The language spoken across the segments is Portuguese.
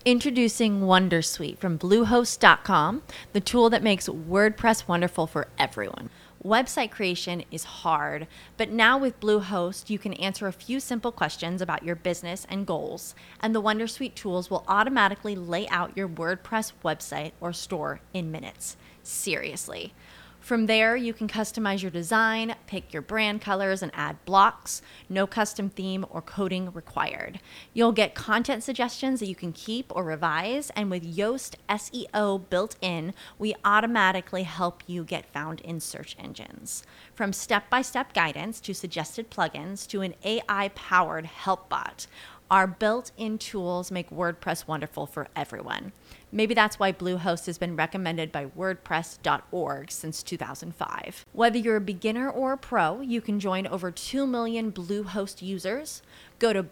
Introducing Wondersuite from Bluehost.com, the tool that makes WordPress wonderful for everyone. Website creation is hard, but now with Bluehost, you can answer a few simple questions about your business and goals, and the Wondersuite tools will automatically lay out your WordPress website or store in minutes. Seriously. From there, you can customize your design, pick your brand colors, and add blocks. No custom theme or coding required. You'll get content suggestions that you can keep or revise, and with Yoast SEO built in, we automatically help you get found in search engines. From step-by-step guidance to suggested plugins to an AI-powered help bot, our built-in tools make WordPress wonderful for everyone. Maybe that's why Bluehost has been recommended by WordPress.org since 2005. Whether you're a beginner or a pro, you can join over 2 million Bluehost users. Go to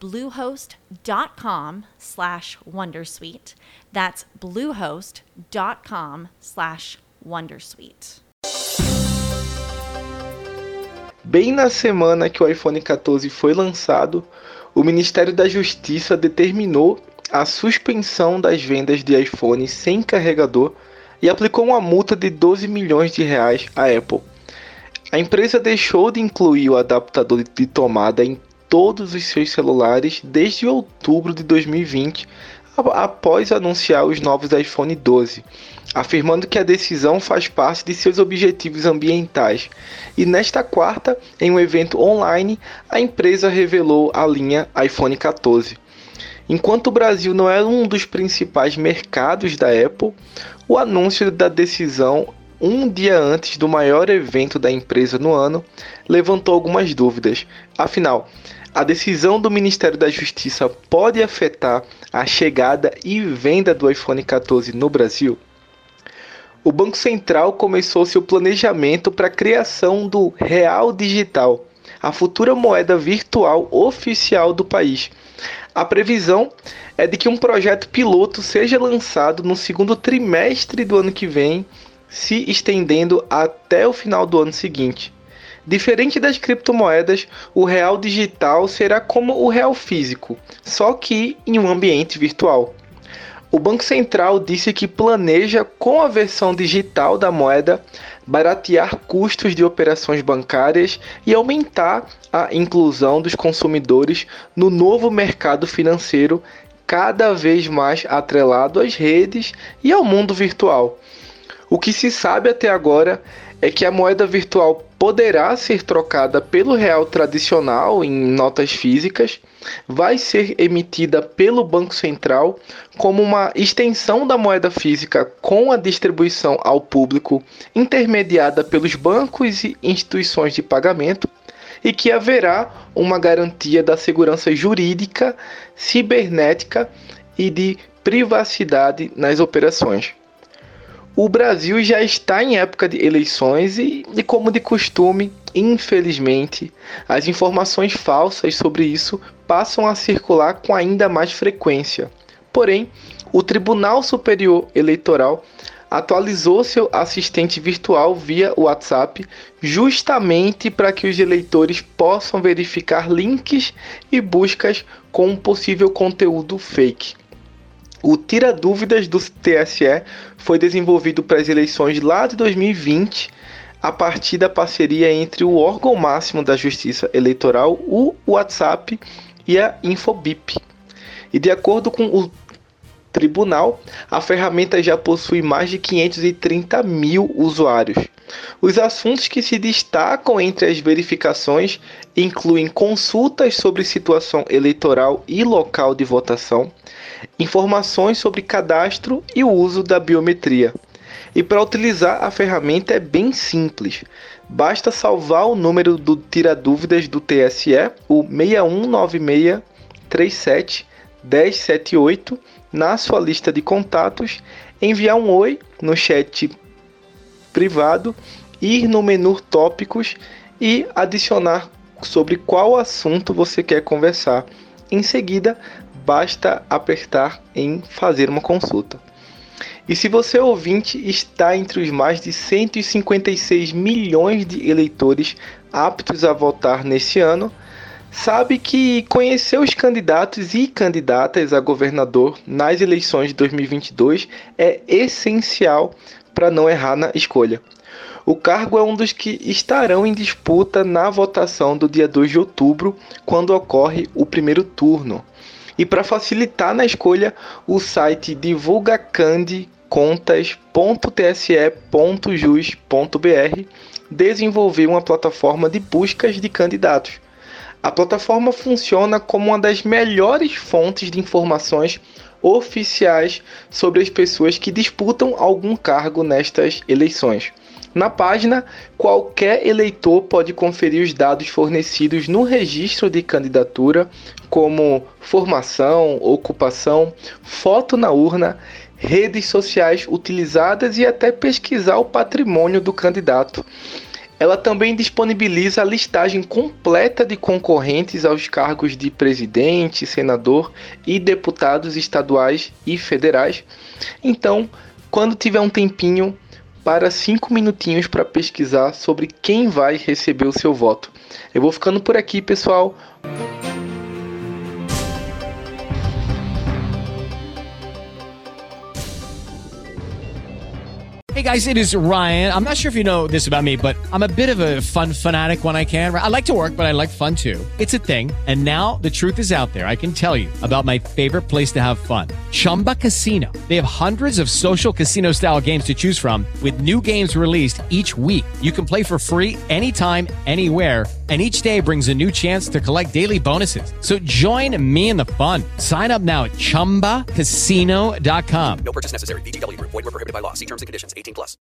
bluehost.com/wondersuite. That's bluehost.com/wondersuite. Bem na semana que o iPhone 14 foi lançado, o Ministério da Justiça determinou a suspensão das vendas de iPhone sem carregador e aplicou uma multa de 12 milhões de reais à Apple. A empresa deixou de incluir o adaptador de tomada em todos os seus celulares desde outubro de 2020, após anunciar os novos iPhone 12, afirmando que a decisão faz parte de seus objetivos ambientais. E nesta quarta, em um evento online, a empresa revelou a linha iPhone 14. Enquanto o Brasil não é um dos principais mercados da Apple, o anúncio da decisão um dia antes do maior evento da empresa no ano levantou algumas dúvidas. Afinal, a decisão do Ministério da Justiça pode afetar a chegada e venda do iPhone 14 no Brasil? O Banco Central começou seu planejamento para a criação do Real Digital, a futura moeda virtual oficial do país. A previsão é de que um projeto piloto seja lançado no segundo trimestre do ano que vem, se estendendo até o final do ano seguinte. Diferente das criptomoedas, o real digital será como o real físico, só que em um ambiente virtual. O Banco Central disse que planeja, com a versão digital da moeda, baratear custos de operações bancárias e aumentar a inclusão dos consumidores no novo mercado financeiro, cada vez mais atrelado às redes e ao mundo virtual. O que se sabe até agora é que a moeda virtual poderá ser trocada pelo real tradicional em notas físicas, vai ser emitida pelo Banco Central como uma extensão da moeda física com a distribuição ao público intermediada pelos bancos e instituições de pagamento, e que haverá uma garantia da segurança jurídica, cibernética e de privacidade nas operações. O Brasil já está em época de eleições e, como de costume, infelizmente, as informações falsas sobre isso passam a circular com ainda mais frequência. Porém, o Tribunal Superior Eleitoral atualizou seu assistente virtual via WhatsApp justamente para que os eleitores possam verificar links e buscas com um possível conteúdo fake. O Tira Dúvidas do TSE foi desenvolvido para as eleições lá de 2020, a partir da parceria entre o órgão máximo da Justiça Eleitoral, o WhatsApp, e a Infobip. E de acordo com o tribunal, a ferramenta já possui mais de 530 mil usuários. Os assuntos que se destacam entre as verificações incluem consultas sobre situação eleitoral e local de votação, informações sobre cadastro e o uso da biometria. E para utilizar a ferramenta é bem simples. Basta salvar o número do Tira Dúvidas do TSE, o 6196371078, na sua lista de contatos, enviar um oi no chat privado, ir no menu tópicos e adicionar sobre qual assunto você quer conversar. Em seguida, basta apertar em fazer uma consulta. E se você, ouvinte, está entre os mais de 156 milhões de eleitores aptos a votar nesse ano, sabe que conhecer os candidatos e candidatas a governador nas eleições de 2022 é essencial para não errar na escolha. O cargo é um dos que estarão em disputa na votação do dia 2 de outubro, quando ocorre o primeiro turno. E para facilitar na escolha, o site divulgacandecontas.tse.jus.br desenvolveu uma plataforma de buscas de candidatos. A plataforma funciona como uma das melhores fontes de informações oficiais sobre as pessoas que disputam algum cargo nestas eleições. Na página, qualquer eleitor pode conferir os dados fornecidos no registro de candidatura, como formação, ocupação, foto na urna, redes sociais utilizadas e até pesquisar o patrimônio do candidato. Ela também disponibiliza a listagem completa de concorrentes aos cargos de presidente, senador e deputados estaduais e federais. Então, quando tiver um tempinho, para 5 minutinhos para pesquisar sobre quem vai receber o seu voto. Eu vou ficando por aqui, pessoal. Hey guys, it is Ryan. I'm not sure if you know this about me, but I'm a bit of a fun fanatic when I can. I like to work, but I like fun too. It's a thing. And now the truth is out there. I can tell you about my favorite place to have fun. Chumba Casino. They have hundreds of social casino style games to choose from with new games released each week. You can play for free anytime, anywhere. And each day brings a new chance to collect daily bonuses. So join me in the fun. Sign up now at ChumbaCasino.com. No purchase necessary. VGW Group. Void where prohibited by law. See terms and conditions. 18+.